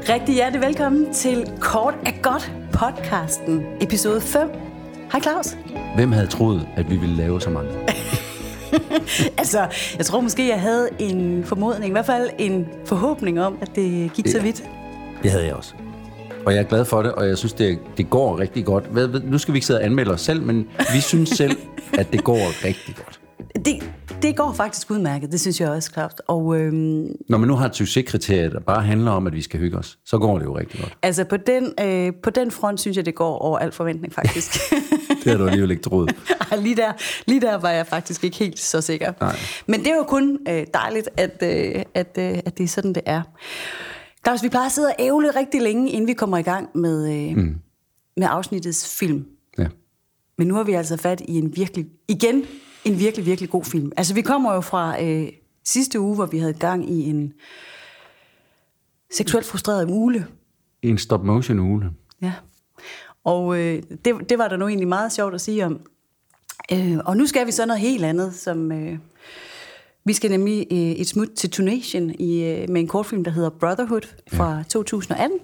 Rigtig hjertelig velkommen til Kort er godt podcasten, episode 5. Hej Claus. Hvem havde troet, at vi ville lave så mange? Altså, jeg tror måske, jeg havde en formodning, i hvert fald en forhåbning om, at det gik så vidt. Det havde jeg også. Og jeg er glad for det, og jeg synes, det går rigtig godt. Nu skal vi ikke sidde og anmelde os selv, men vi synes selv, at det går rigtig godt. Det går faktisk udmærket, det synes jeg også, Claus. Og, når man nu har et succeskriterie, der bare handler om, at vi skal hygge os, så går det jo rigtig godt. Altså, på den front synes jeg, det går over al forventning, faktisk. Det har du alligevel ikke troet. Lige der var jeg faktisk ikke helt så sikker. Nej. Men det er jo kun dejligt, at det er sådan, det er. Claus, vi plejer at sidde og ævle rigtig længe, inden vi kommer i gang med afsnittets film. Ja. Men nu har vi altså fat i en virkelig, virkelig god film. Altså, vi kommer jo fra sidste uge, hvor vi havde gang i en seksuelt frustreret ugle. En stop-motion ugle. Ja. Og det var der nu egentlig meget sjovt at sige om. Og nu skal vi så noget helt andet, som... vi skal nemlig et smut til Tunation med en kortfilm, der hedder Brotherhood fra 2018.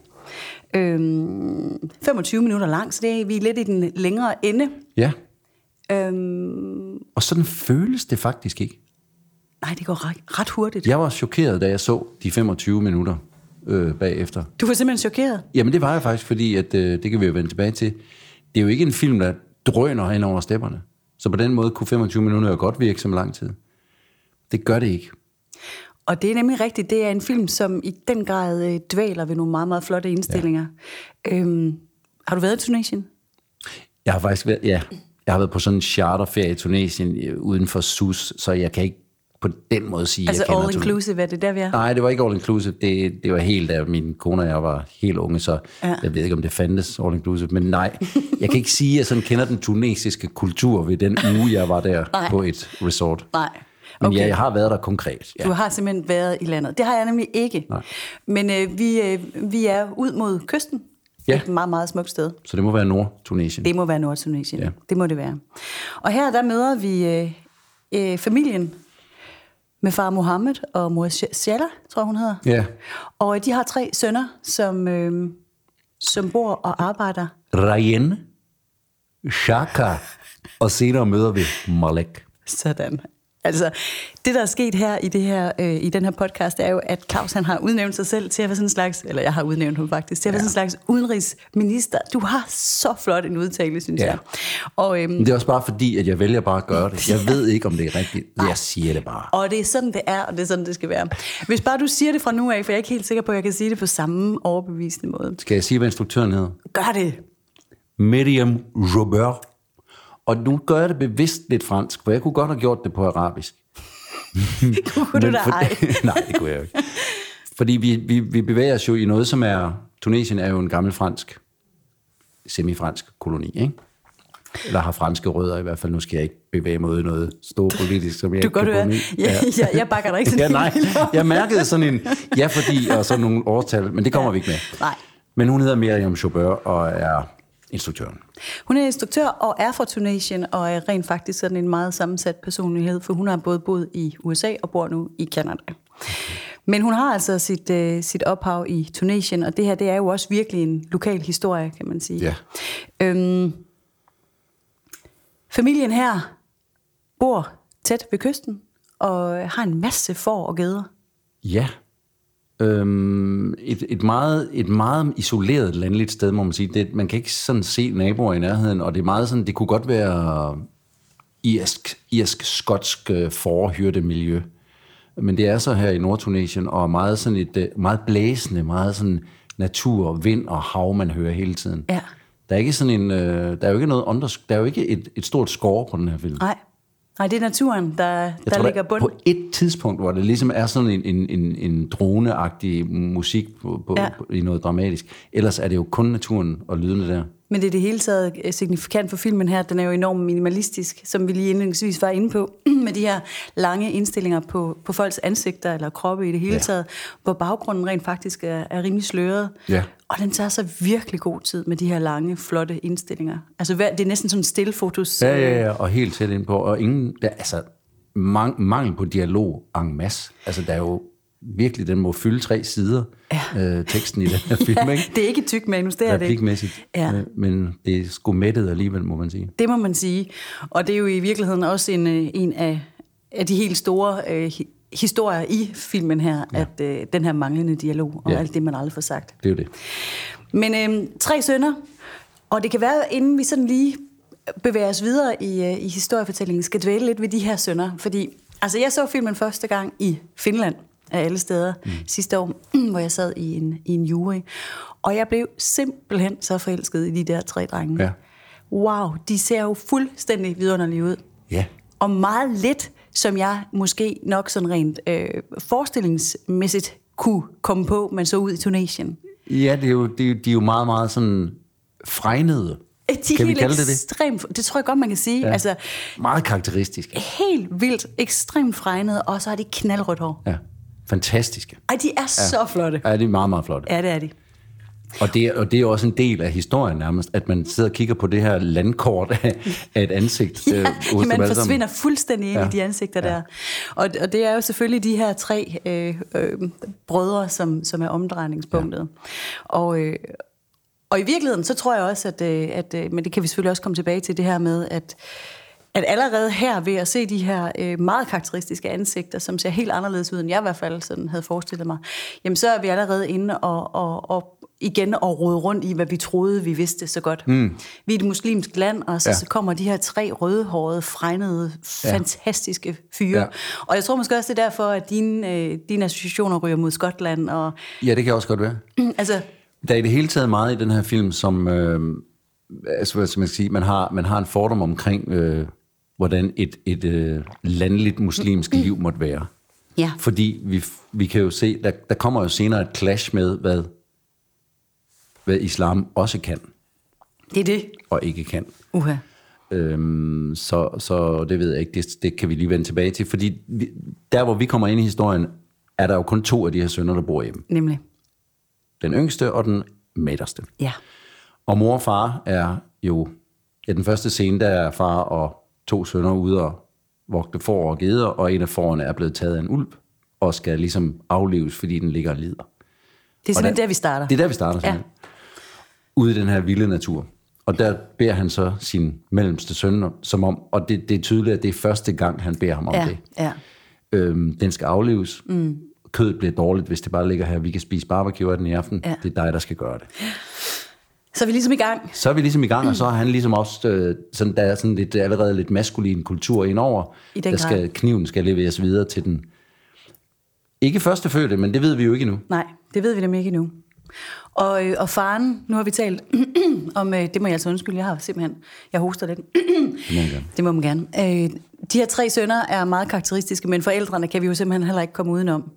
25 minutter lang, så vi er lidt i den længere ende. Ja. Og sådan føles det faktisk ikke. Nej, det går ret hurtigt. Jeg var chokeret, da jeg så de 25 minutter bagefter. Du var simpelthen chokeret? Jamen det var jeg faktisk, fordi at, det kan vi jo vende tilbage til. Det er jo ikke en film, der drøner hen over stepperne. Så på den måde kunne 25 minutter jo godt virke som lang tid. Det gør det ikke. Og det er nemlig rigtigt. Det er en film, som i den grad dvæler ved nogle meget, meget flotte indstillinger. Ja. Har du været i Tunesien? Jeg har faktisk været, ja. Jeg har været på sådan en charterferie i Tunesien uden for SUS, så jeg kan ikke på den måde sige, altså jeg kender all inclusive, er det der, vi er? Nej, det var ikke all inclusive. Det var helt, da min kone og jeg var helt unge, så jeg ved ikke, om det fandtes all inclusive. Men nej, jeg kan ikke sige, at jeg sådan kender den tunesiske kultur ved den uge, jeg var der på et resort. Nej. Okay. Men ja, jeg har været der konkret. Ja. Du har simpelthen været i landet. Det har jeg nemlig ikke. Nej. Men vi er ud mod kysten. Ja. Et meget, meget smukt sted. Så det må være Nord-Tunesien. Det må være Nord-Tunesien. Ja. Det må det være. Og her der møder vi familien med far Mohammed og mor Shella, tror hun hedder. Ja. Og de har 3 sønner, som bor og arbejder. Rayen, Shaka, og senere møder vi Malek. Sådan. Altså, det der er sket her i den her podcast, er jo, at Claus han har udnævnt sig selv til at være sådan en slags, eller jeg har udnævnt ham faktisk, til at være sådan en slags udenrigsminister. Du har så flot en udtale, synes jeg. Og, det er også bare fordi, at jeg vælger bare at gøre det. Jeg ved ikke, om det er rigtigt. Jeg siger det bare. Og det er sådan, det er, og det er sådan, det skal være. Hvis bare du siger det fra nu af, for jeg er ikke helt sikker på, at jeg kan sige det på samme overbevisende måde. Skal jeg sige, hvad instruktøren hedder? Gør det. Miriam Robert. Og nu gør jeg det bevidst lidt fransk, for jeg kunne godt have gjort det på arabisk. Kunne du da ej? Nej, det kunne jeg ikke. Fordi vi bevæger os jo i noget, som er... Tunesien er jo en gammel fransk, semifransk koloni, ikke? Eller har franske rødder i hvert fald. Nu skal jeg ikke bevæge mig ud i noget stort politisk, som jeg du ikke kan gøre. Jeg bakker dig ikke sådan nej, jeg mærkede sådan en fordi og sådan nogle årstal, men det kommer vi ikke med. Nej. Men hun hedder Miriam Robert og er instruktøren. Hun er instruktør og er fra Tunesien, og er rent faktisk sådan en meget sammensat personlighed, for hun har både boet i USA og bor nu i Canada. Men hun har altså sit ophav i Tunesien, og det her, det er jo også virkelig en lokal historie, kan man sige. Ja. Familien her bor tæt ved kysten, og har en masse får og geder. Ja. Et meget isoleret landligt sted, må man sige. Man kan ikke sådan se naboer i nærheden, og det er meget sådan, det kunne godt være irsk-skotsk forhyrdemiljø. Men det er så her i Nordtunesien, og meget sådan et meget blæsende, meget sådan natur, vind og hav, man hører hele tiden. Ja. Der er ikke sådan der er jo ikke noget der er jo ikke et stort score på den her film. Nej, det er naturen, der ligger bund. På et tidspunkt, hvor det ligesom er sådan en droneagtig musik i noget dramatisk. Ellers er det jo kun naturen og lydene der. Men det er det hele taget signifikant for filmen her. Den er jo enormt minimalistisk, som vi lige indledningsvis var inde på, med de her lange indstillinger på folks ansigter eller kroppe i det hele taget, hvor baggrunden rent faktisk er rimelig sløret. Ja. Og den tager så virkelig god tid med de her lange, flotte indstillinger. Altså, det er næsten sådan stillfotos. Ja, og helt tæt ind på. Og ingen, mangel på dialog en masse. Altså, der er jo virkelig, den må fylde 3 sider, teksten i den her film, ikke? Det er ikke et tyk manus, det er det ikke. Men det er sgu mættet alligevel, må man sige. Det må man sige, og det er jo i virkeligheden også en af de helt store historier i filmen her, at den her manglende dialog, og alt det, man aldrig får sagt. Det er jo det. Men 3 sønner, og det kan være, inden vi sådan lige bevæger os videre i historiefortællingen, skal dvæle lidt ved de her sønner, fordi altså jeg så filmen første gang i Finland, af alle steder, sidste år, hvor jeg sad i en jury, og jeg blev simpelthen så forelsket i de der 3 drenge. Ja. Wow, de ser jo fuldstændig vidunderlige ud. Ja. Og meget lidt, som jeg måske nok sådan rent forestillingsmæssigt kunne komme på, men så ud i Tunesien. Ja, de er jo meget, meget sådan fregnede. Kan vi kalde det ekstremt, det tror jeg godt, man kan sige. Ja. Altså, meget karakteristiske. Helt vildt, ekstremt fregnede, og så har de knaldrødt hår. Ja, fantastiske. Ej, de er så flotte. Ja, de er meget, meget flotte. Ja, det er de. Og det er også en del af historien nærmest, at man sidder og kigger på det her landkort af et ansigt. Ja, man forsvinder fuldstændig ind i de ansigter der. Og det er jo selvfølgelig de her 3 brødre, som er omdrejningspunktet. Ja. Og i virkeligheden, så tror jeg også, at men det kan vi selvfølgelig også komme tilbage til, det her med, at allerede her ved at se de her meget karakteristiske ansigter, som ser helt anderledes ud, end jeg i hvert fald sådan havde forestillet mig, jamen så er vi allerede inde og igen at rode rundt i, hvad vi troede, vi vidste så godt. Vi er et muslimsk land, og så kommer de her 3 rødhårede, fregnede, fantastiske fyre. Ja. Og jeg tror måske også, det er derfor, at dine associationer ryger mod Skotland. Og ja, det kan også godt være. Altså, der er i det hele taget meget i den her film, som man har en fordom omkring, hvordan et landligt muslimsk liv måtte være. Ja. Fordi vi kan jo se, der kommer jo senere et clash med, hvad islam også kan. Det er det. Og ikke kan. Uha. Så det ved jeg ikke, det kan vi lige vende tilbage til, fordi der, hvor vi kommer ind i historien, er der jo kun 2 af de her sønner, der bor hjemme. Nemlig. Den yngste og den midterste. Ja. Og mor og far er jo, den første scene, der er far og 2 sønner ude og vogte får og geder, og en af fårene er blevet taget af en ulv, og skal ligesom aflives, fordi den ligger og lider. Det er simpelthen der, vi starter. Det er der, vi starter, simpelthen. Ja. Ude i den her vilde natur. Og der beder han så sin mellemste søn, som om, og det er tydeligt, at det er første gang, han beder ham om det. Ja. Den skal aflives. Kødet bliver dårligt, hvis det bare ligger her. Vi kan spise barbecue af den i aften. Ja. Det er dig, der skal gøre det. Så er vi ligesom i gang. Og så har han ligesom også, der er sådan lidt, allerede lidt maskulin kultur indover. Kniven skal leveres videre til den. Ikke førstefødte, men det ved vi jo ikke endnu. Nej, det ved vi nemlig ikke endnu. Og faren, nu har vi talt om, det må jeg altså undskylde, jeg hoster lidt. Det må man gerne. De her 3 sønner er meget karakteristiske, men forældrene kan vi jo simpelthen heller ikke komme udenom.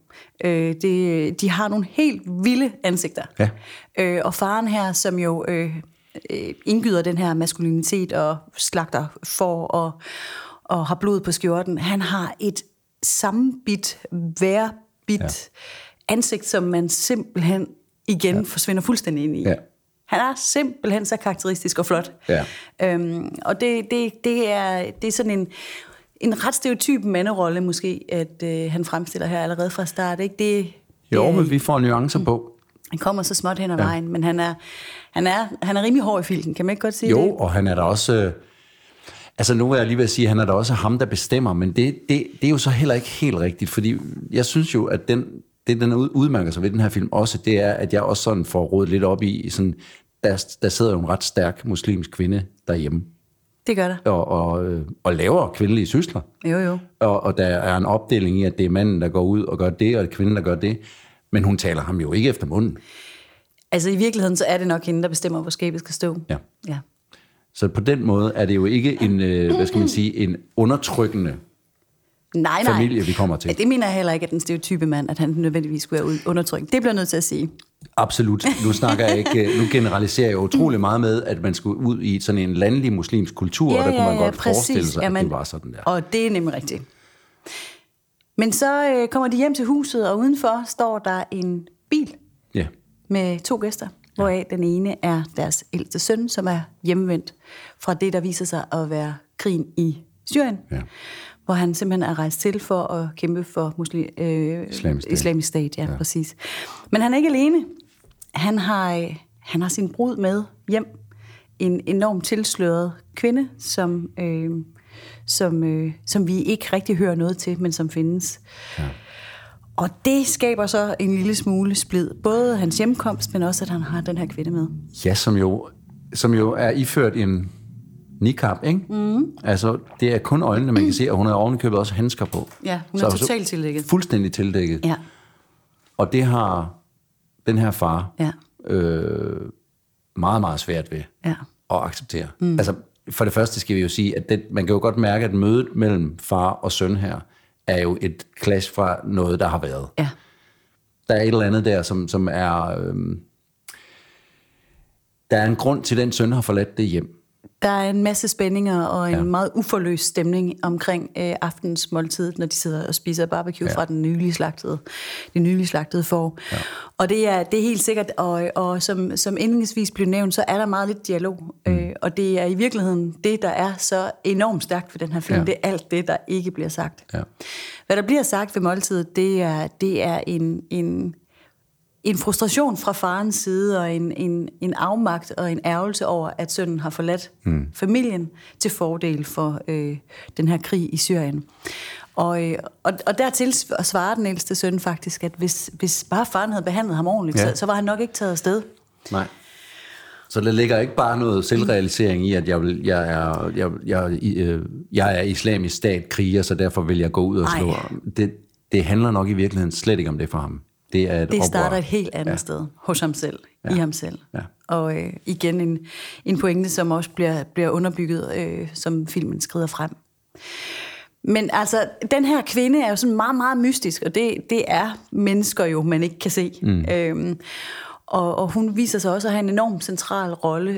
De har nogle helt vilde ansigter. Ja. Og faren her, som jo indgyder den her maskulinitet og slagter får og har blod på skjorten, han har et sammenbidt, værbidt ansigt, som man simpelthen igen forsvinder fuldstændig ind i. Ja. Han er simpelthen så karakteristisk og flot. Ja. Og det er sådan en ret stereotyp manderolle måske, at han fremstiller her allerede fra start. Ikke? Men vi får nuancer på. Han kommer så småt hen ad vejen, men han er rimelig hård i filten, kan man ikke godt sige det? Jo, og han er der også... Altså nu er jeg lige ved at sige, at han er der også ham, der bestemmer, men det er jo så heller ikke helt rigtigt, fordi jeg synes jo, at den udmærker sig ved den her film også, det er, at jeg også sådan får rodet lidt op i, sådan, der sidder jo en ret stærk muslimsk kvinde derhjemme. Det gør der. Og laver kvindelige sysler. Jo. Og der er en opdeling i, at det er manden, der går ud og gør det, og det er kvinden, der gør det. Men hun taler ham jo ikke efter munden. Altså i virkeligheden, så er det nok hende, der bestemmer, hvor skabet skal stå. Ja. Så på den måde er det jo ikke en, en undertrykkende familie, vi kommer til. Det mener jeg heller ikke, at den stereotype mand, at han nødvendigvis skulle være undertrykt. Det bliver jeg nødt til at sige. Absolut. Nu generaliserer jeg utrolig meget med, at man skulle ud i sådan en landlig muslimsk kultur, og der kunne man godt forestille sig, at det var sådan der. Og det er nemlig rigtigt. Men så kommer de hjem til huset, og udenfor står der en bil med 2 gæster, hvoraf den ene er deres ældste søn, som er hjemvendt fra det, der viser sig at være krigen i Syrien. Ja. hvor han simpelthen er rejst til for at kæmpe for Islamisk Stat. Ja, præcis. Men han er ikke alene. Han har sin brud med hjem. En enormt tilsløret kvinde, som vi ikke rigtig hører noget til, men som findes. Ja. Og det skaber så en lille smule splid. Både hans hjemkomst, men også, at han har den her kvinde med. Ja, som jo er iført en niqab, ikke? Mm. Altså, det er kun øjnene, man kan se, og hun har ovenikøbet også handsker på. Ja, hun er totalt tildækket. Fuldstændig tildækket. Ja. Og det har den her far meget, meget svært ved at acceptere. Mm. Altså, for det første skal vi jo sige, at man kan jo godt mærke, at mødet mellem far og søn her, er jo et clash fra noget, der har været. Ja. Der er et eller andet der, som er... der er en grund til, at den søn har forladt det hjem. Der er en masse spændinger og en meget uforløst stemning omkring aftens måltid, når de sidder og spiser barbecue fra den nylig slagtede får. Ja. Og det er helt sikkert, og som indledningsvis blev nævnt, så er der meget lidt dialog. Og det er i virkeligheden det, der er så enormt stærkt for den her film. Ja. Det er alt det, der ikke bliver sagt. Ja. Hvad der bliver sagt ved måltidet, det er en frustration fra farens side, og en afmagt og en ærgelse over, at sønnen har forladt familien til fordel for den her krig i Syrien. Og dertil svarer den ældste søn faktisk, at hvis bare faren havde behandlet ham ordentligt, så var han nok ikke taget afsted. Nej. Så der ligger ikke bare noget selvrealisering i, at jeg er islamisk stat kriger, så derfor vil jeg gå ud og slå. Det handler nok i virkeligheden slet ikke om det for ham. Det starter et helt andet sted hos ham selv, i ham selv. Ja. Og igen en pointe, som også bliver underbygget, som filmen skrider frem. Men altså, den her kvinde er jo sådan meget, meget mystisk, og det er mennesker jo, man ikke kan se. Og hun viser sig også at have en enormt central rolle.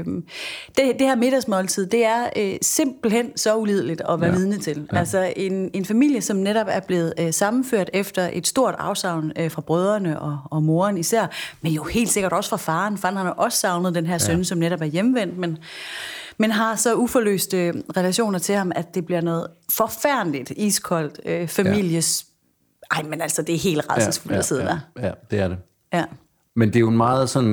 Det her middagsmåltid, det er simpelthen så ulideligt at være vidne til. Ja. Altså en familie, som netop er blevet sammenført efter et stort afsavn fra brødrene og moren især, men jo helt sikkert også fra faren. Faren har også savnet den her søn, som netop er hjemvendt, men har så uforløste relationer til ham, at det bliver noget forfærdeligt, iskoldt families... Ej, men altså, det er helt rædselsfuldt at sidde der. Ja, det er det. Ja. Men det er jo meget sådan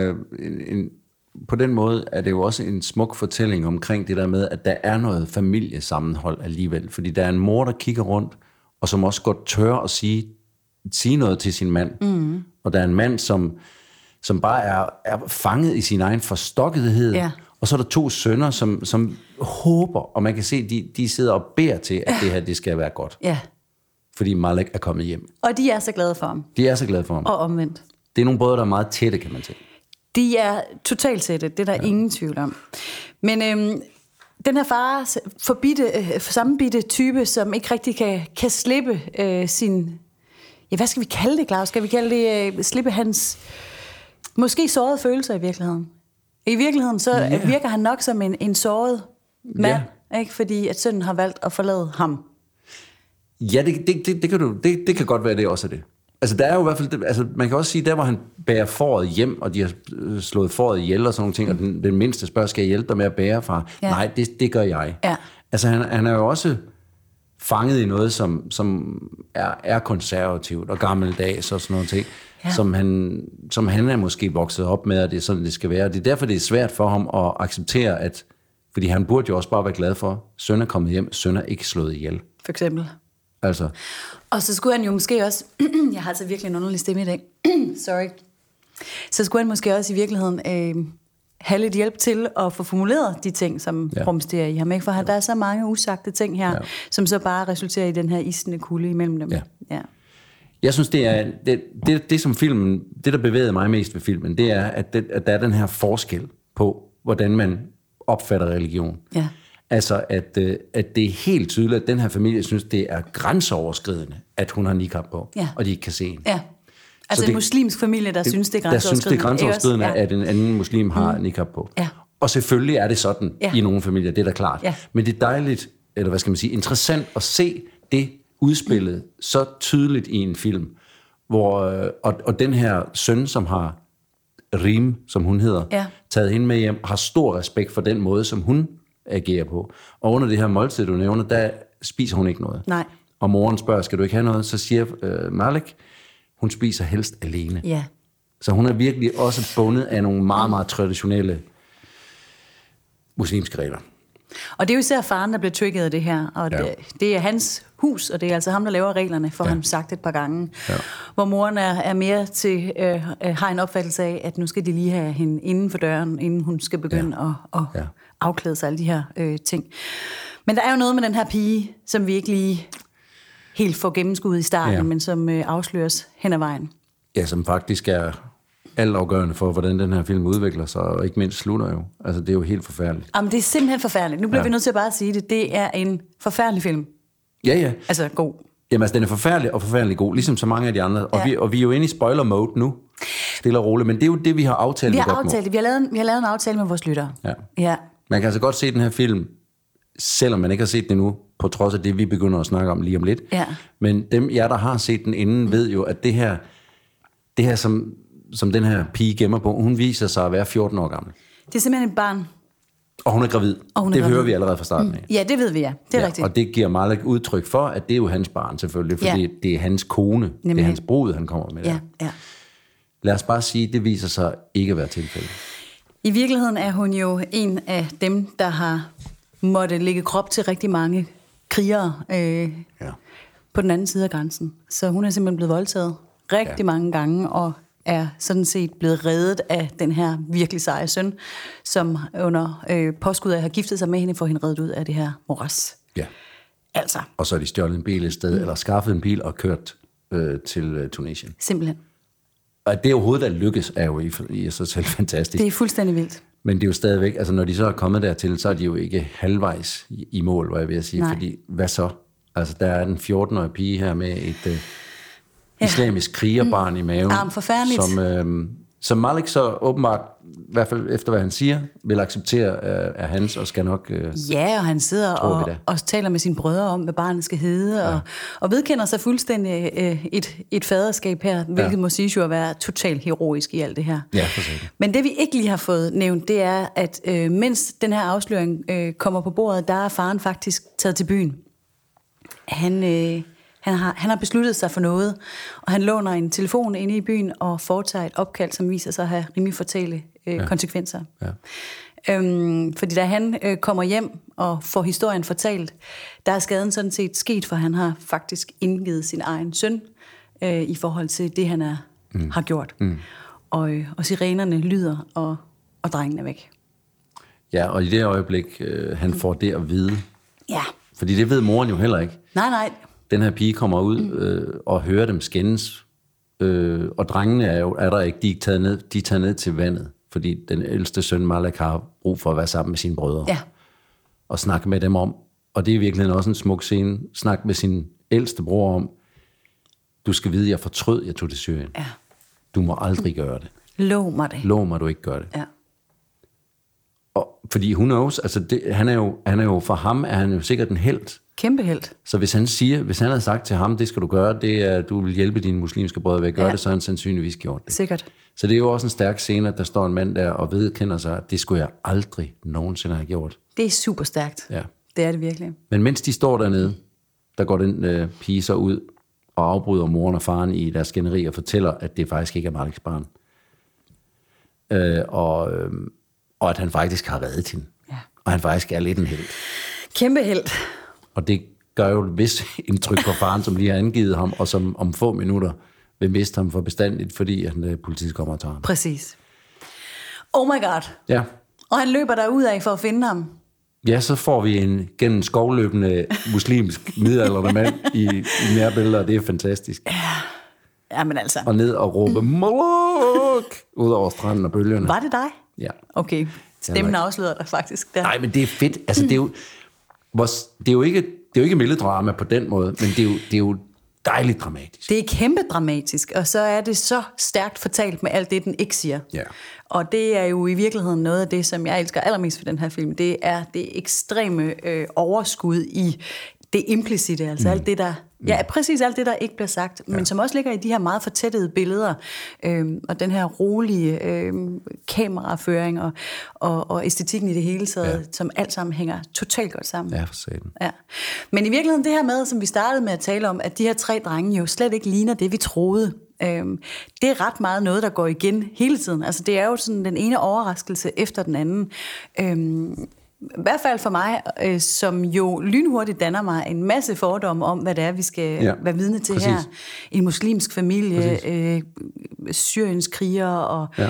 en på den måde er det jo også en smuk fortælling omkring det der med, at der er noget familiesammenhold alligevel. Fordi der er en mor, der kigger rundt, og som også godt tør at sige noget til sin mand. Mm. Og der er en mand, som bare er fanget i sin egen forstokkethed. Ja. Og så er der 2 sønner, som håber, og man kan se, de sidder og beder til, at det her det skal være godt. Ja. Fordi Malek er kommet hjem. Og de er så glade for ham. Og omvendt. Det er nogle brødre, der er meget tætte, kan man sige. De er totalt tætte, det er der ingen tvivl om. Men den her far, sammenbitte type, som ikke rigtig kan slippe sin... Ja, hvad skal vi kalde det, Claus? Skal vi kalde det slippe hans måske sårede følelser i virkeligheden? I virkeligheden så virker han nok som en såret mand, ikke? Fordi at sønnen har valgt at forlade ham. Ja, det kan godt være, det også er det. Altså, der er jo i hvert fald, altså, man kan også sige, der hvor han bærer fåret hjem, og de har slået fåret ihjel og sådan nogle ting, og den mindste spørger, skal jeg hjælpe dig med at bære, far? Ja. Nej, det gør jeg. Ja. Altså, han er jo også fanget i noget, som er konservativt og gammeldags og sådan nogle ting, som han er måske vokset op med, og det er sådan, det skal være. Det er derfor, det er svært for ham at acceptere, at, fordi han burde jo også bare være glad for, søn er kommet hjem, søn er ikke slået ihjel. For eksempel. Altså. Og så skulle han jo måske også... jeg har altså virkelig en underlig stemme i dag. Sorry. Så skulle han måske også i virkeligheden have lidt hjælp til at få formuleret de ting, som rumsterer i ham. Ikke? For der er så mange usagte ting her, som så bare resulterer i den her isende kulde imellem dem. Ja. Jeg synes, det som filmen... Det, der bevægede mig mest ved filmen, det er, at der er den her forskel på, hvordan man opfatter religion. Ja. Altså, at det er helt tydeligt, at den her familie synes, det er grænseoverskridende, at hun har niqab på, og de ikke kan se hende. Ja. Altså en muslimsk familie, der synes, det er grænseoverskridende. Der synes, det er grænseoverskridende, at en anden muslim har niqab på. Ja. Og selvfølgelig er det sådan i nogle familier, det er da klart. Ja. Men det er dejligt, eller hvad skal man sige, interessant at se det udspillet så tydeligt i en film, hvor, og den her søn, som har Rim, som hun hedder, taget hende med hjem, har stor respekt for den måde, som hun agerer på. Og under det her måltid, du nævner, spiser hun ikke noget. Nej. Og moren spørger, skal du ikke have noget? Så siger Malik, hun spiser helst alene. Ja. Så hun er virkelig også bundet af nogle meget, meget traditionelle muslimske regler. Og det er jo især faren, der bliver trigget af det her, og det er hans hus, og det er altså ham, der laver reglerne, for han sagt et par gange. Ja. Hvor moren er mere til, har en opfattelse af, at nu skal de lige have hende inden for døren, inden hun skal begynde at afklæde sig alle de her ting. Men der er jo noget med den her pige, som vi ikke lige helt får gennemskuddet i starten, men som afsløres hen ad vejen. Ja, som faktisk er altafgørende for, hvordan den her film udvikler sig, og ikke mindst slutter jo. Altså, det er jo helt forfærdeligt. Jamen, det er simpelthen forfærdeligt. Nu bliver vi nødt til at bare sige det. Det er en forfærdelig film. Ja. Altså, god. Jamen, altså, den er forfærdelig og forfærdelig god, ligesom så mange af de andre. Og vi er jo inde i spoiler-mode nu, stille og roligt, men det er jo det, vi har aftalt. Vi har lavet en aftale med vores lyttere. Ja. Man kan altså godt se den her film, selvom man ikke har set den endnu, på trods af det, vi begynder at snakke om lige om lidt. Ja. Men dem, der har set den inden, ved jo, at det her som den her pige gemmer på, hun viser sig at være 14 år gammel. Det er simpelthen et barn. Og hun er gravid. Hører vi allerede fra starten af. Ja, det ved vi, ja. Det er rigtigt. Og det giver Malik udtryk for, at det er jo hans barn selvfølgelig, fordi det er hans kone, det er hans brud, han kommer med der. Ja. Lad os bare sige, det viser sig ikke at være tilfældet. I virkeligheden er hun jo en af dem, der har måtte lægge krop til rigtig mange krigere på den anden side af grænsen. Så hun er simpelthen blevet voldtaget rigtig mange gange, og er sådan set blevet reddet af den her virkelig seje søn, som under påskud af at have giftet sig med hende, får hende reddet ud af det her moras. Ja. Altså. Og så er de stjålet en bil et sted, eller skaffet en bil og kørt til Tunesien. Simpelthen. Og det overhovedet, der lykkes, er jo i sig selv fantastisk. Det er fuldstændig vildt. Men det er jo stadigvæk, altså når de så er kommet dertil, så er de jo ikke halvvejs i mål, hvad jeg vil sige. Nej. Fordi, hvad så? Altså, der er den 14-årige pige her med et islamisk krigerbarn i maven. Forfærdeligt. Som Malik så åbenbart, i hvert fald efter hvad han siger, vil acceptere af hans, og skal nok... og han sidder og taler med sine brødre om, hvad barnet skal hedde, og vedkender sig fuldstændig et faderskab her, hvilket må siges jo at være totalt heroisk i alt det her. Ja, men det vi ikke lige har fået nævnt, det er, at mens den her afsløring kommer på bordet, der er faren faktisk taget til byen. Han har besluttet sig for noget, og han låner en telefon inde i byen og foretager et opkald, som viser sig at have rimelig fatale konsekvenser. Ja. Fordi da han kommer hjem og får historien fortalt, der er skaden sådan set sket, for han har faktisk indgivet sin egen søn i forhold til det, han har gjort. Og sirenerne lyder, og drengen er væk. Ja, og i det øjeblik, han får det at vide. Ja. Fordi det ved moren jo heller ikke. Nej. Den her pige kommer ud og hører dem skændes, og drengene er der ikke, de er taget ned til vandet, fordi den ældste søn Malik har brug for at være sammen med sine brødre, og snakke med dem om, og det er virkelig også en smuk scene, snak med sin ældste bror om, du skal vide, jeg fortrød, jeg tog til Syrien. Ja. Du må aldrig gøre det. Lov mig det. Lov mig, du ikke gør det. Ja. Og, fordi hun er jo, altså han er jo, for ham er han jo sikkert en helt. Kæmpe helt. Så hvis han havde sagt til ham, det skal du gøre, det er, du vil hjælpe dine muslimske brødre ved at gøre det, så har han sandsynligvis gjort det. Sikkert. Så det er jo også en stærk scene, at der står en mand der og vedkender sig, at det skulle jeg aldrig nogensinde have gjort. Det er super stærkt. Ja. Det er det virkelig. Men mens de står dernede, der går den pige så ud og afbryder moren og faren i deres skænderi og fortæller, at det faktisk ikke er Maliks barn. Og at han faktisk har reddet hende. Ja. Og han faktisk er lidt en helt. Kæmpe helt. Og det gør jo et vist indtryk på faren, som lige har angivet ham, og som om få minutter vil miste ham for bestandigt, fordi politiet kommer og tager ham. Præcis. Oh my god. Ja. Og han løber derud af for at finde ham. Ja, så får vi en gennem skovløbende muslimsk midaldrende mand i nærbilleder, og det er fantastisk. Ja, men altså. Og ned og råbe Malak ud over stranden og bølgerne. Var det dig? Ja. Okay, stemmen afslører dig faktisk der. Nej, men det er fedt. Altså, det er jo ikke melodrama på den måde, men det er jo dejligt dramatisk. Det er kæmpe dramatisk, og så er det så stærkt fortalt med alt det, den ikke siger. Ja. Og det er jo i virkeligheden noget af det, som jeg elsker allermest ved den her film. Det er det ekstreme overskud i det implicite, altså alt det, der... Ja, præcis alt det, der ikke bliver sagt, men som også ligger i de her meget fortættede billeder, og den her rolige kameraføring og æstetikken i det hele taget, som alt sammen hænger totalt godt sammen. Ja, for satan. Ja. Men i virkeligheden det her med, som vi startede med at tale om, at de her 3 drenge jo slet ikke ligner det, vi troede. Det er ret meget noget, der går igen hele tiden. Altså det er jo sådan den ene overraskelse efter den anden. I hvert fald for mig, som jo lynhurtigt danner mig en masse fordomme om, hvad det er, vi skal være vidne til her. En muslimsk familie, Syriens krigere.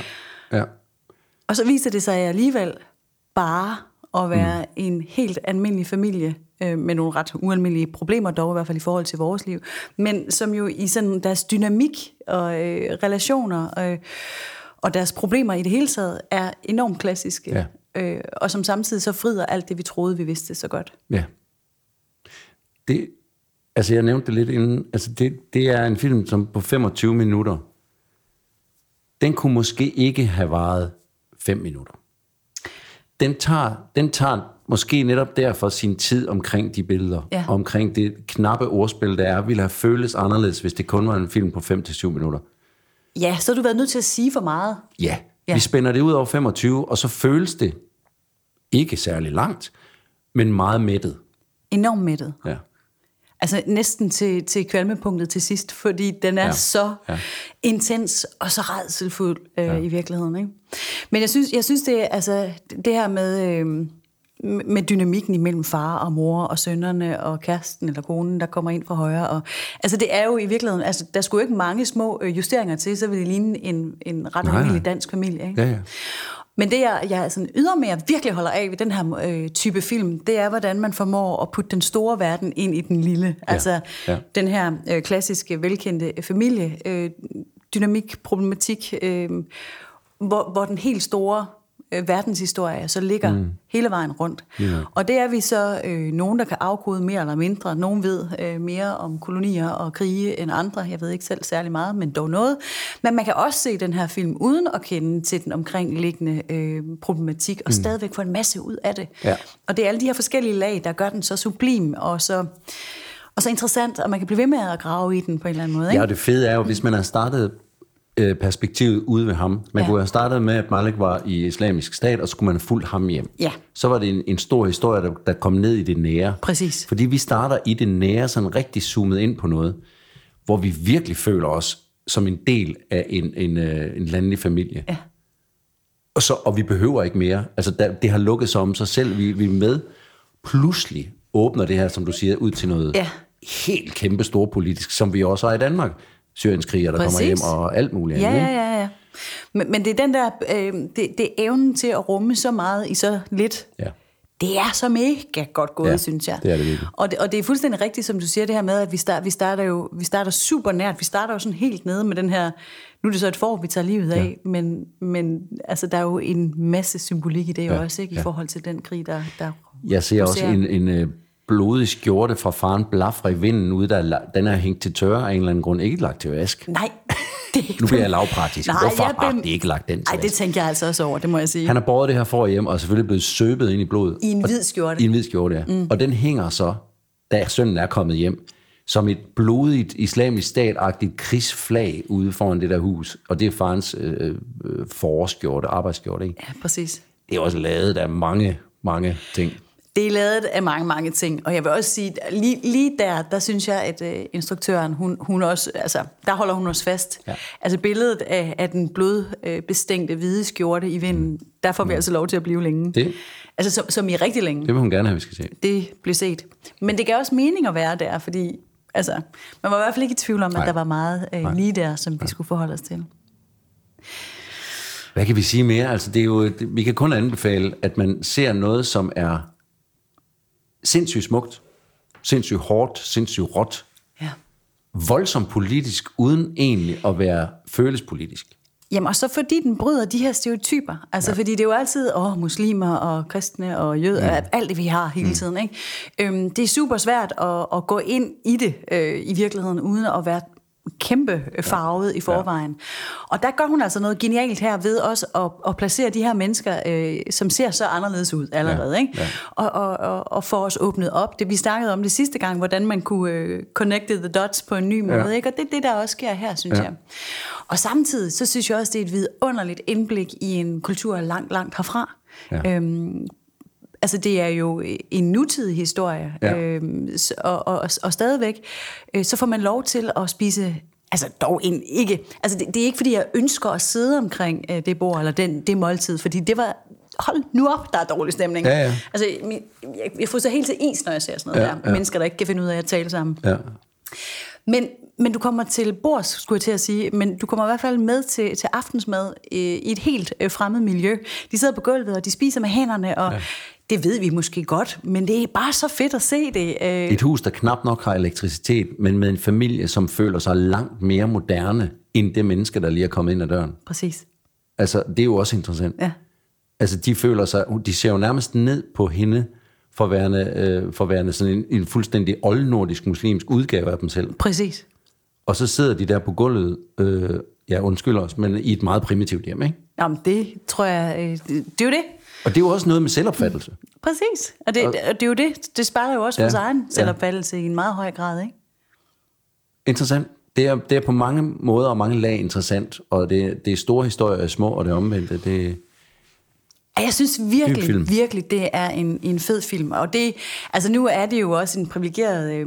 Og så viser det sig alligevel bare at være en helt almindelig familie, med nogle ret ualmindelige problemer dog, i hvert fald i forhold til vores liv, men som jo i sådan deres dynamik og relationer og deres problemer i det hele taget er enormt klassiske. Ja. Og som samtidig så frider alt det, vi troede, vi vidste så godt. Ja. Altså jeg nævnte det lidt inden, altså det er en film, som på 25 minutter, den kunne måske ikke have varet 5 minutter. Den tager måske netop derfor sin tid omkring de billeder, omkring det knappe ordspil, der ville have føles anderledes, hvis det kun var en film på 5-7 minutter. Ja, så har du været nødt til at sige for meget. Ja, vi spænder det ud over 25, og så føles det ikke særlig langt, men meget mættet. Enormt mættet. Ja. Altså næsten til kvalmepunktet til sidst, fordi den er så intens og så rædselfuld i virkeligheden. Ikke? Men jeg synes det er altså det her med dynamikken imellem far og mor og sønnerne og kæresten eller konen, der kommer ind fra højre. Og, altså det er jo i virkeligheden, altså der skulle jo ikke mange små justeringer til, så ville det ligne en ret almindelig dansk familie. Ikke? Ja. Men det, jeg sådan ydermere virkelig holder af ved den her type film, det er, hvordan man formår at putte den store verden ind i den lille. Altså den her klassiske, velkendte familie, dynamik, problematik, hvor den helt store verdenshistorie så ligger hele vejen rundt. Ja. Og det er vi så nogen, der kan afkode mere eller mindre. Nogen ved mere om kolonier og krige end andre. Jeg ved ikke selv særlig meget, men dog noget. Men man kan også se den her film uden at kende til den omkringliggende problematik, og stadigvæk få en masse ud af det. Ja. Og det er alle de her forskellige lag, der gør den så sublim og så interessant, og man kan blive ved med at grave i den på en eller anden måde. Ikke? Ja, og det fede er jo, hvis man har startet perspektivet ude ved ham. Man kunne have startet med, at Malik var i Islamisk Stat, og så kunne man have fulgt ham hjem. Ja. Så var det en stor historie, der kom ned i det nære. Præcis. Fordi vi starter i det nære, sådan rigtig zoomet ind på noget, hvor vi virkelig føler os som en del af en landlig familie. Ja. Og vi behøver ikke mere. Altså, det har lukket sig om sig selv. Vi er med. Pludselig åbner det her, som du siger, ud til noget helt kæmpe store politisk, som vi også har i Danmark. Syriens kriger, der kommer hjem og alt muligt. Ja. Men det er den der, det er evnen til at rumme så meget i så lidt. Ja. Det er så mega godt gået, synes jeg. Det er det virkelig. Og det er fuldstændig rigtigt, som du siger, det her med, at vi starter super nært. Vi starter jo sådan helt nede med den her, nu er det så et får, vi tager livet af, men altså, der er jo en masse symbolik i det også, ikke, i forhold til den krig, der jeg ser også en blodig skjorte fra faren blafre i vinden ude, den er hængt til tørre af en eller anden grund, ikke lagt til vask. Nej. Nu bliver jeg lavpraktisk. Hvorfor har de ikke lagt den til vask? Nej, det tænker jeg altså også over, det må jeg sige. Han har båret det her for hjem, og selvfølgelig blevet søbet ind i blodet. I en hvid skjorte. I en hvid skjorte, ja. Og den hænger så, da sønnen er kommet hjem, som et blodigt, islamisk stat-agtigt krigsflag ude foran det der hus. Og det er farens forårsskjorte, arbejdsskjorte, ikke? Ja, præcis. Det er også lavet af mange, mange ting. Det er lavet af mange, mange ting, og jeg vil også sige, lige der synes jeg, at instruktøren, hun også, altså, der holder hun os fast. Ja. Altså billedet af den blodbestængte hvide skjorte i vinden, der får vi altså lov til at blive længe. Det? Altså som i rigtig længe. Det vil hun gerne have, vi skal se. Det bliver set. Men det gav også mening at være der, fordi altså, man var i hvert fald ikke i tvivl om, at der var meget lige der, som vi skulle forholde os til. Hvad kan vi sige mere? Altså, det er jo, vi kan kun anbefale, at man ser noget, som er sindssygt smukt, sindssygt hårdt, sindssygt råt. Ja. Voldsomt politisk, uden egentlig at være følelsespolitisk. Jamen, og så fordi den bryder de her stereotyper. Altså, fordi det er jo altid, muslimer og kristne og jøder, alt det vi har hele tiden, ikke? Det er super svært at gå ind i det i virkeligheden, uden at være kæmpe farvet i forvejen. Ja. Og der gør hun altså noget genialt her ved også at placere de her mennesker, som ser så anderledes ud allerede, ikke? Ja. Og få os åbnet op. Vi snakkede om det sidste gang, hvordan man kunne connecte the dots på en ny måde, ikke? Og det er det, der også sker her, synes jeg. Og samtidig, så synes jeg også, det er et vidunderligt indblik i en kultur langt, langt herfra. Ja. Altså det er jo en nutidig historie, og stadigvæk, så får man lov til at spise, altså dog ikke, altså det er ikke fordi jeg ønsker at sidde omkring det bord, eller det måltid, fordi det var, hold nu op, der er dårlig stemning. Ja, ja. Altså jeg får så helt til is, når jeg ser sådan noget der, mennesker der ikke kan finde ud af at tale sammen. Ja. Men du kommer til bords, skulle jeg til at sige, men du kommer i hvert fald med til aftensmad i et helt fremmed miljø. De sidder på gulvet, og de spiser med hænderne, og det ved vi måske godt, men det er bare så fedt at se det. Et hus, der knap nok har elektricitet, men med en familie, som føler sig langt mere moderne, end det menneske, der lige er kommet ind ad døren. Præcis. Altså, det er jo også interessant. Ja. Altså, de ser jo nærmest ned på hende, for værende sådan en fuldstændig oldnordisk muslimsk udgave af dem selv. Præcis. Og så sidder de der på gulvet, undskyld os, men i et meget primitivt hjem, ikke? Jamen, det tror jeg, det er jo det. Og det er jo også noget med selvopfattelse. Præcis. Og det er jo det. Det spejler jo også vores egen selvopfattelse i en meget høj grad, ikke? Interessant. Det er på mange måder og mange lag interessant, og det er store historier, små, og det omvendte, det. Jeg synes virkelig, det er en fed film. Og det, altså nu er det jo også en privilegeret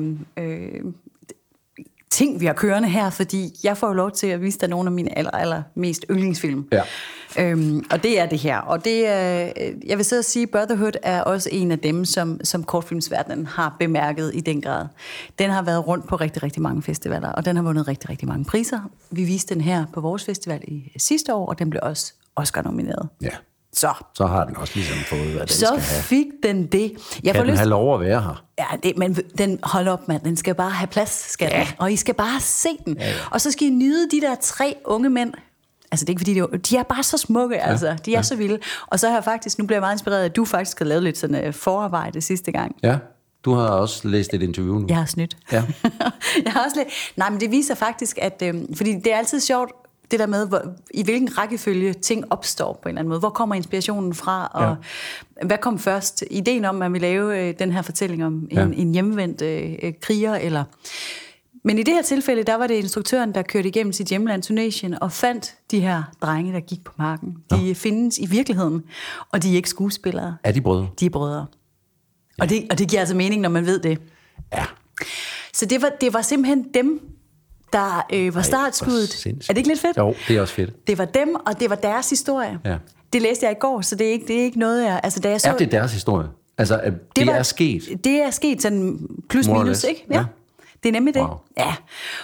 ting, vi har kørende her, fordi jeg får jo lov til at vise dig nogle af mine allermest yndlingsfilm. Ja. Og det er det her. Og det jeg vil så sige, Brotherhood er også en af dem, som kortfilmsverdenen har bemærket i den grad. Den har været rundt på rigtig, rigtig mange festivaler, og den har vundet rigtig, rigtig mange priser. Vi viste den her på vores festival i sidste år, og den blev også Oscar-nomineret. Ja. Så har den også ligesom fået, hvad den skal have. Så fik den det. Kan den have lov at være her? Ja, men hold op, mand. Den skal bare have plads, skal den. Og I skal bare se den. Ja. Og så skal I nyde de der 3 unge mænd. Altså det er ikke fordi, de er bare så smukke, altså. De er så vilde. Og så har jeg faktisk, nu bliver jeg meget inspireret af, at du faktisk har lavet lidt sådan forarbejde sidste gang. Ja, du har også læst et interview nu. Jeg har snydt. Ja. Jeg har også Nej, men det viser faktisk, at fordi det er altid sjovt, det der med, i hvilken rækkefølge ting opstår på en eller anden måde. Hvor kommer inspirationen fra, og hvad kom først? Ideen om, at man vil lave den her fortælling om en hjemvendt kriger, eller. Men i det her tilfælde, der var det instruktøren, der kørte igennem sit hjemland Tunesien, og fandt de her drenge, der gik på marken. De findes i virkeligheden, og de er ikke skuespillere. Er de brødre? De er brødre. Ja. Og det giver altså mening, når man ved det. Ja. Så det var simpelthen dem, der var startskuddet. Er det ikke lidt fedt? Jo, det er også fedt. Det var dem, og det var deres historie. Ja. Det læste jeg i går, så det er ikke noget, jeg. Altså, da jeg så, er det deres historie? Altså, det er sket? Det er sket sådan plus minus, ikke? Ja. Det er nemlig det. Wow. Ja.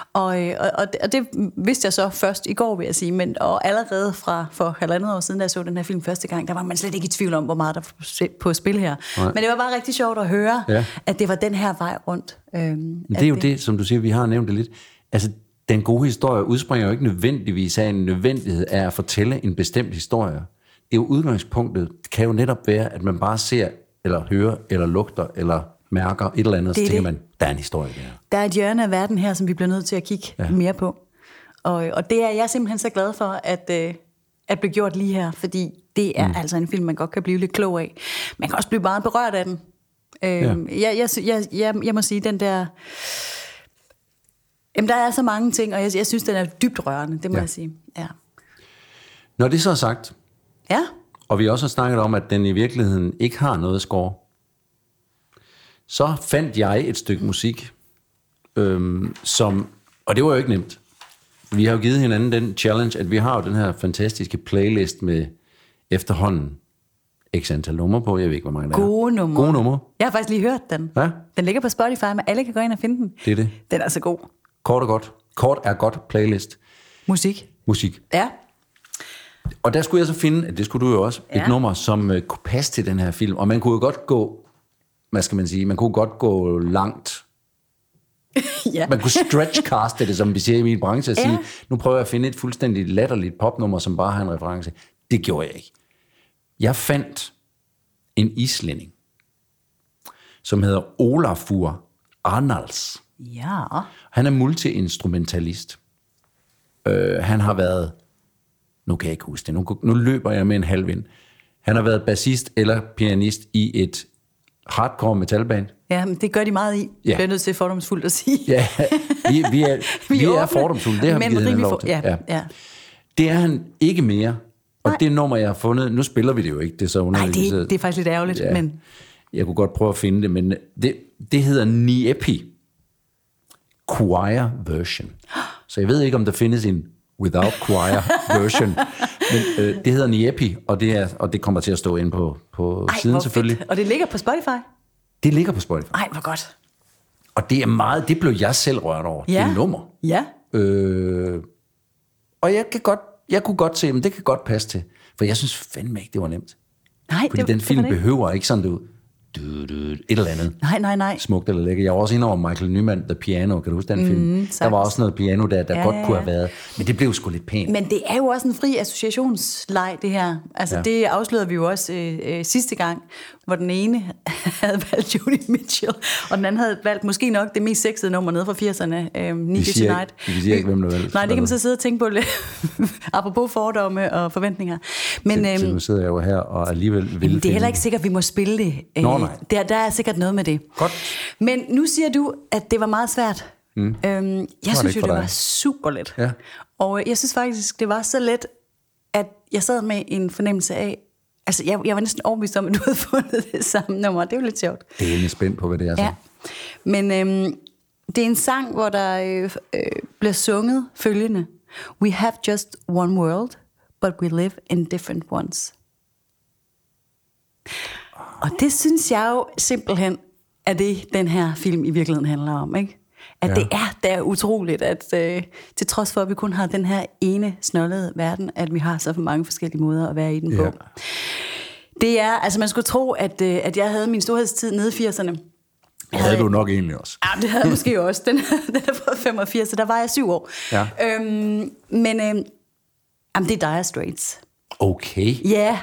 Og det vidste jeg så først i går, vil jeg sige. Og allerede for 1,5 år siden, da jeg så den her film første gang, der var man slet ikke i tvivl om, hvor meget der var på spil her. Nej. Men det var bare rigtig sjovt at høre, at det var den her vej rundt. Det er jo det, som du siger, vi har nævnt det lidt. Altså, den gode historie udspringer jo ikke nødvendigvis af en nødvendighed af at fortælle en bestemt historie. Det er jo udgangspunktet, kan jo netop være, at man bare ser, eller hører, eller lugter, eller mærker et eller andet, så tænker man, der er en historie der. Der er et hjørne af verden her, som vi bliver nødt til at kigge mere på. Og det er jeg simpelthen så glad for, at blive gjort lige her, fordi det er altså en film, man godt kan blive lidt klog af. Man kan også blive meget berørt af den. Jeg må sige, den der. Jamen, der er så mange ting, og jeg synes, den er dybt rørende, det må jeg sige. Ja. Når det så er sagt, og vi også har snakket om, at den i virkeligheden ikke har noget score, så fandt jeg et stykke musik, og det var jo ikke nemt. Vi har jo givet hinanden den challenge, at vi har jo den her fantastiske playlist med efterhånden x antal numre på. Jeg ved ikke, hvor mange der er. Gode numre. Jeg har faktisk lige hørt den. Ja? Den ligger på Spotify, men alle kan gå ind og finde den. Det er det. Den er så god. Kort og godt. Kort er godt playlist. Musik. Ja. Og der skulle jeg så finde, det skulle du jo også, et nummer, som kunne passe til den her film. Og man kunne jo godt gå, hvad skal man sige, man kunne godt gå langt. Man kunne stretchcaste det, som vi siger i min branche, og sige, nu prøver jeg at finde et fuldstændig latterligt popnummer, som bare har en reference. Det gjorde jeg ikke. Jeg fandt en islænding, som hedder Olafur Arnalds. Ja. Han er multi-instrumentalist. Han har været, nu kan jeg ikke huske det, nu løber jeg med en halvvind. Han har været bassist eller pianist i et hardcore metalband. Ja, men det gør de meget i. Det er nødt til fordomsfuldt at sige. Ja, vi er fordomsfulde. Det har vi givet hende lov til. Ja. Det er han ikke mere. Og det nummer, jeg har fundet, nu spiller vi det jo ikke, det er så underligt. Nej, det er faktisk lidt ærgerligt, men... Jeg kunne godt prøve at finde det, men det hedder Nieppe Choir Version. Så jeg ved ikke, om der findes en Without Choir Version, men det hedder Nieppe, og det kommer til at stå inde på siden selvfølgelig. Fedt. Og det ligger på Spotify? Det ligger på Spotify. Ej, hvor godt. Og det er meget, det blev jeg selv rørt over, det nummer. Ja. Og jeg kunne godt se, men det kan godt passe til, for jeg synes fandme ikke, det var nemt. Nej, fordi den film behøver ikke sådan, et eller andet. Nej. Smukt eller lækker. Jeg var også inde over Michael Nyman, The Piano, kan du huske den film? Der var også noget piano der godt kunne have været, men det blev sgu lidt pænt. Men det er jo også en fri associationsleg, det her. Altså det afslørede vi jo også sidste gang, hvor den ene havde valgt Joni Mitchell, og den anden havde valgt måske nok det mest sexede nummer nede fra 80'erne, Need You Tonight. Vi siger ikke, hvem der valgte. Nej, det kan man så sidde og tænke på lidt, apropos fordomme og forventninger. Men nu sidder jeg jo her og alligevel vil. Det er heller ikke sikkert, at vi må spille det. Der er sikkert noget med det. Godt. Men nu siger du, at det var meget svært. Jeg synes jo, det var super let. Ja. Og jeg synes faktisk, det var så let, at jeg sad med en fornemmelse af, altså jeg var næsten overbevist om, at du havde fundet det samme nummer. Det er jo lidt sjovt. Det er egentlig spændt på, hvad det er så. Ja. Men det er en sang, hvor der bliver sunget følgende: We have just one world, but we live in different ones. Og det synes jeg jo simpelthen er det, den her film i virkeligheden handler om, ikke? At det er utroligt, at til trods for, at vi kun har den her ene snollede verden, at vi har så mange forskellige måder at være i den på. Det er, altså man skulle tro, at jeg havde min storhedstid nede i 80'erne. Det havde du nok egentlig også. Ja, det havde jeg måske også. Den er fra 85, så der var jeg 7 år. Ja. Men det er Dire Straits. Okay. Ja,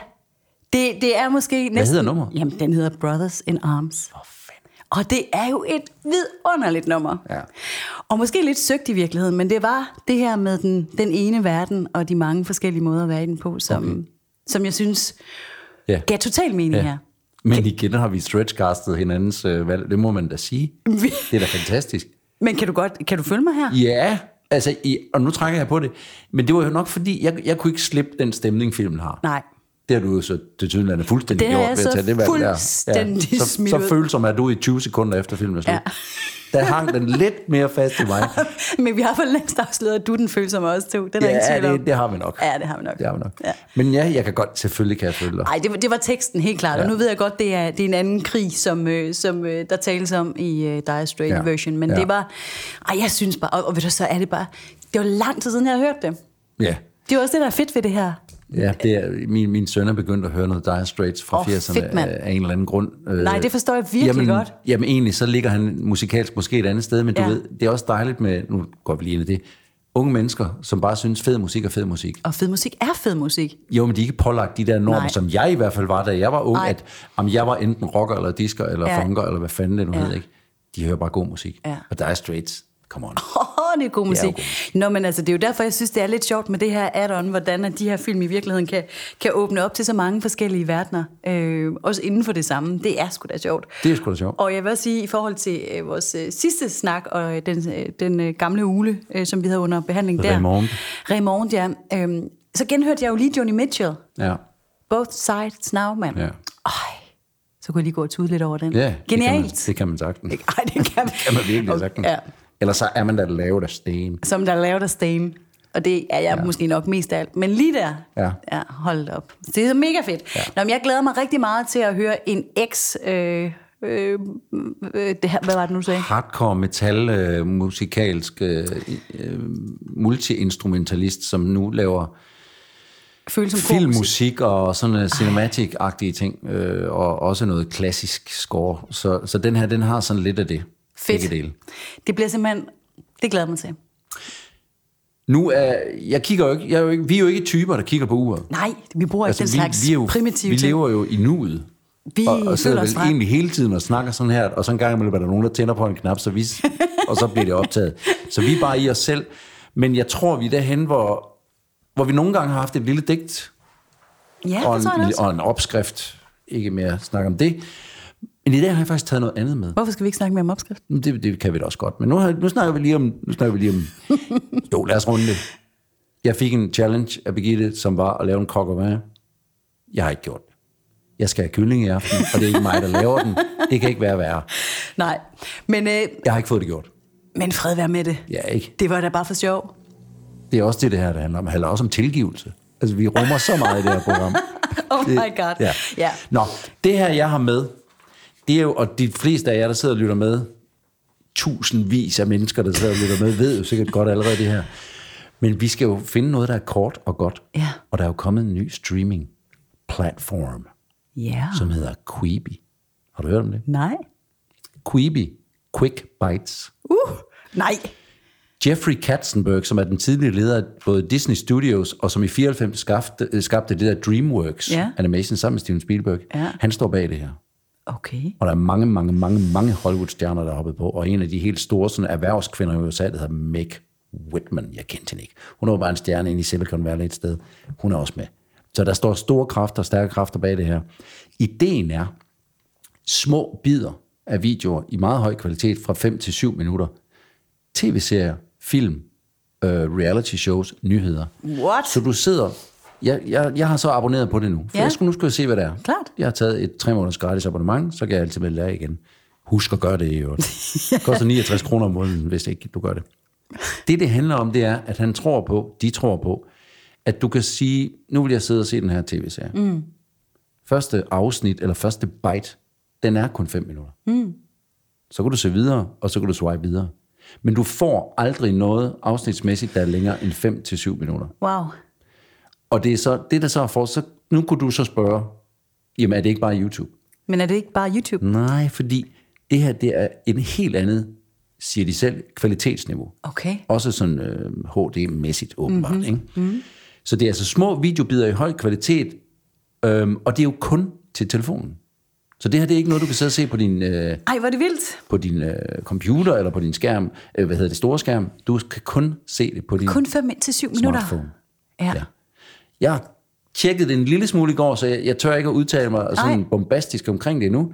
det er måske næsten... Hvad hedder nummeret? Jamen, den hedder Brothers in Arms. Og det er jo et vidunderligt nummer. Ja. Og måske lidt søgt i virkeligheden, men det var det her med den ene verden, og de mange forskellige måder at være i den på, som jeg synes gav total mening her. Men igen har vi stretchcastet hinandens valg, det må man da sige. Det er da fantastisk. Men kan du følge mig her? Ja, altså, og nu trækker jeg på det, men det var jo nok fordi, jeg kunne ikke slippe den stemning, filmen har. Nej. Det har du jo så til tydeligvis fuldstændig gjort ved at tage det valg der. Fuldstændig så følsom er du i 20 sekunder efter filmen er slut. Ja. Der hang den lidt mere fast i mig. Men vi har for længst afsløret, at du den følsomme også to. Det er ikke tvivl om. Det har vi nok. Ja, det har vi nok. Ja. Men ja, jeg kan godt, selvfølgelig kan jeg følge dig. Nej, det var teksten helt klart. Og nu ved jeg godt, det er en anden krig, som der tales om i Dire Straits version. Men det var... jeg synes bare... Og ved du, så er det bare... Det var lang tid siden, jeg har hørt det. Ja. Det er også det, der er fedt ved det her. Ja, det er, min søn er begyndt at høre noget Dire Straits fra 80'erne af en eller anden grund. Nej, det forstår jeg virkelig godt. Jamen egentlig, så ligger han musikalsk måske et andet sted, men du ved, det er også dejligt med, nu går vi lige ind i det, unge mennesker, som bare synes fed musik er fed musik. Og fed musik er fed musik. Jo, men de er ikke pålagt de der normer, som jeg i hvert fald var, da jeg var ung, at om jeg var enten rocker eller disco eller funker, eller hvad fanden det nu hed, ikke? De hører bare god musik. Ja. Og Dire Straits, come on. Det er god musik. Nå, men altså, det er jo derfor, jeg synes, det er lidt sjovt med det her add-on, hvordan at de her film i virkeligheden kan åbne op til så mange forskellige verdener, også inden for det samme. Det er sgu da sjovt. Det er sgu da sjovt. Og jeg vil også sige, i forhold til vores sidste snak, og den gamle ule, som vi havde under behandling der. Raymond, ja. Så genhørte jeg jo lige Joni Mitchell. Ja. Both Sides Now, mand. Ja. Så kunne jeg lige gå og tude lidt over den. Ja, genialt. Det kan man sagtens. Nej, det kan man virkelig sagtens. Ja. Eller så er man da lavet af sten. Som der er lavet af sten. Og det er jeg måske nok mest af alt. Men lige der, hold op. Det er så mega fedt. Ja. Nå, men jeg glæder mig rigtig meget til at høre en det her, hvad var det nu, du sagde? Hardcore metal musikalsk multi-instrumentalist, som nu laver filmmusik og sådan cinematic-agtige ting. Og også noget klassisk score. Så den her, den har sådan lidt af det. Fedt. Det bliver simpelthen... Det glæder mig til. Nu jeg kigger jo ikke... Vi er jo ikke typer, der kigger på uret. Nej, vi bruger ikke den slags primitive ting. Vi lever jo i nuet. Og sidder vel egentlig hele tiden og snakker sådan her, og så en gang imellem er der nogen, der tænder på en knap, og så bliver det optaget. Så vi er bare i os selv. Men jeg tror, vi er derhen, hvor vi nogle gange har haft et lille digt, Ja, og en opskrift. Ikke mere snakke om det. Men i dag har jeg faktisk taget noget andet med. Hvorfor skal vi ikke snakke mere om opskrift? Det kan vi da også godt. Men nu snakker vi lige om... Jo, lad os runde det. Jeg fik en challenge af Birgitte, som var at lave en coq au vin. Jeg har ikke gjort det. Jeg skal have kylling i aften, og det er ikke mig, der laver den. Det kan ikke være værre. Nej, men... Jeg har ikke fået det gjort. Men fred være med det. Ja, ikke. Det var da bare for sjov. Det er også det her, det handler om. Det handler også om tilgivelse. Altså, vi rummer så meget i det her program. Oh my god. Ja. Ja. Nå, det her, jeg har med, det er jo, og de fleste af jer, der sidder og lytter med, tusindvis af mennesker, der sidder og lytter med, ved jo sikkert godt allerede det her. Men vi skal jo finde noget, der er kort og godt. Ja. Og der er jo kommet en ny streaming-platform, som hedder Quibi. Har du hørt om det? Nej. Quibi. Quick Bites. Nej. Jeffrey Katzenberg, som er den tidligere leder af både Disney Studios, og som i 94 skabte det der DreamWorks Animation sammen med Steven Spielberg, han står bag det her. Okay. Og der er mange Hollywood-stjerner, der er hoppet på, og en af de helt store sådan, erhvervskvinder i USA, der hedder Meg Whitman, jeg kendte hende ikke. Hun var bare en stjerne inde i Silicon Valley et sted. Hun er også med. Så der står store kræfter, stærke kræfter bag det her. Ideen er små bidder af videoer i meget høj kvalitet fra 5 til 7 minutter. TV-serier, film, reality shows, nyheder. What? Så du sidder... Jeg har så abonneret på det nu, for nu skal jeg se, hvad det er. Klart. Jeg har taget et 3 måneders gratis abonnement, så kan jeg altid melde af igen. Husk at gøre det i øvrigt. Det koster 69 kroner om måneden, hvis ikke du gør det. Det handler om, det er, at de tror på, at du kan sige, nu vil jeg sidde og se den her tv-serie. Første afsnit, eller første bite, den er kun 5 minutter. Så kan du se videre, og så kan du swipe videre. Men du får aldrig noget afsnitsmæssigt, der er længere end 5 til 7 minutter. Wow. Og det er så, det der så er for, så nu kunne du så spørge, jamen er det ikke bare YouTube? Men er det ikke bare YouTube? Nej, fordi det her, det er en helt andet, siger de selv, kvalitetsniveau. Okay. Også sådan HD-mæssigt åbenbart. Ikke? Så det er altså små videobider i høj kvalitet, og det er jo kun til telefonen. Så det her, det er ikke noget, du kan sidde og se på din... Ej, hvor er det vildt. På din computer eller på din skærm, store skærm. Du kan kun se det på din kun 5 til 7 minutter. Smartphone. Ja. Jeg tjekkede det en lille smule i går, så jeg tør ikke at udtale mig sådan bombastisk omkring det endnu.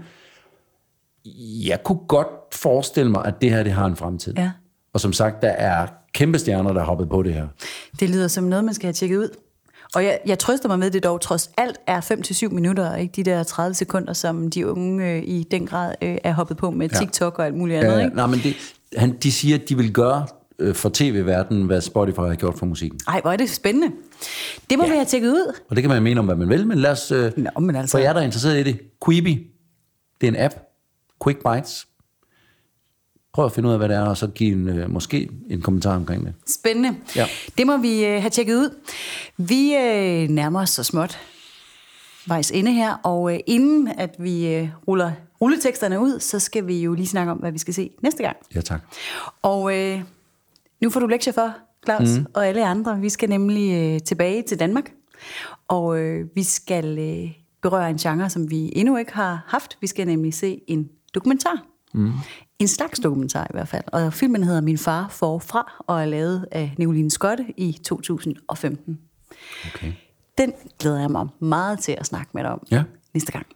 Jeg kunne godt forestille mig, at det her, det har en fremtid. Ja. Og som sagt, der er kæmpe stjerner, der har hoppet på det her. Det lyder som noget, man skal have tjekket ud. Og jeg trøster mig med, det dog trods alt er 5 til 7 minutter, og ikke de der 30 sekunder, som de unge i den grad er hoppet på med TikTok og alt muligt andet. Ikke? Nej, men de siger, at de vil gøre for tv-verdenen, hvad Spotify har gjort for musikken. Ej, hvor er det spændende. Det må vi have tjekket ud. Og det kan man mene om, hvad man vil, men lad os... men altså... For jer, der er interesseret i det, Quibi, det er en app, Quick Bites. Prøv at finde ud af, hvad det er, og så give måske en kommentar omkring det. Spændende. Ja. Det må vi have tjekket ud. Vi nærmer os så småt vejs ende her, og inden at vi ruller rulleteksterne ud, så skal vi jo lige snakke om, hvad vi skal se næste gang. Ja, tak. Og nu får du lektier for, Claus, og alle andre. Vi skal nemlig tilbage til Danmark, og vi skal berøre en genre, som vi endnu ikke har haft. Vi skal nemlig se en dokumentar. En slags dokumentar i hvert fald. Og filmen hedder Min far forfra, og er lavet af Nicoline Skotte i 2015. Okay. Den glæder jeg mig meget til at snakke med dig om næste gang.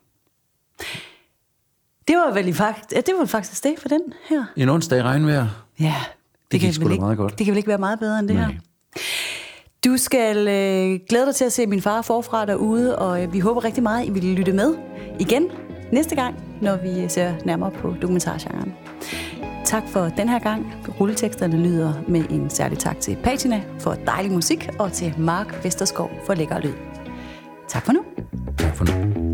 Det var vel faktisk det for den her. En onsdag i regnvejr. Ja, det gik sgu da meget godt. Det kan vel ikke være meget bedre end det her. Du skal glæde dig til at se Min far forfra derude, og vi håber rigtig meget, I vil lytte med igen næste gang, når vi ser nærmere på dokumentargenren. Tak for den her gang. Rulleteksterne lyder med en særlig tak til Patina for dejlig musik, og til Mark Vesterskov for lækker lyd. Tak for nu. Tak for nu.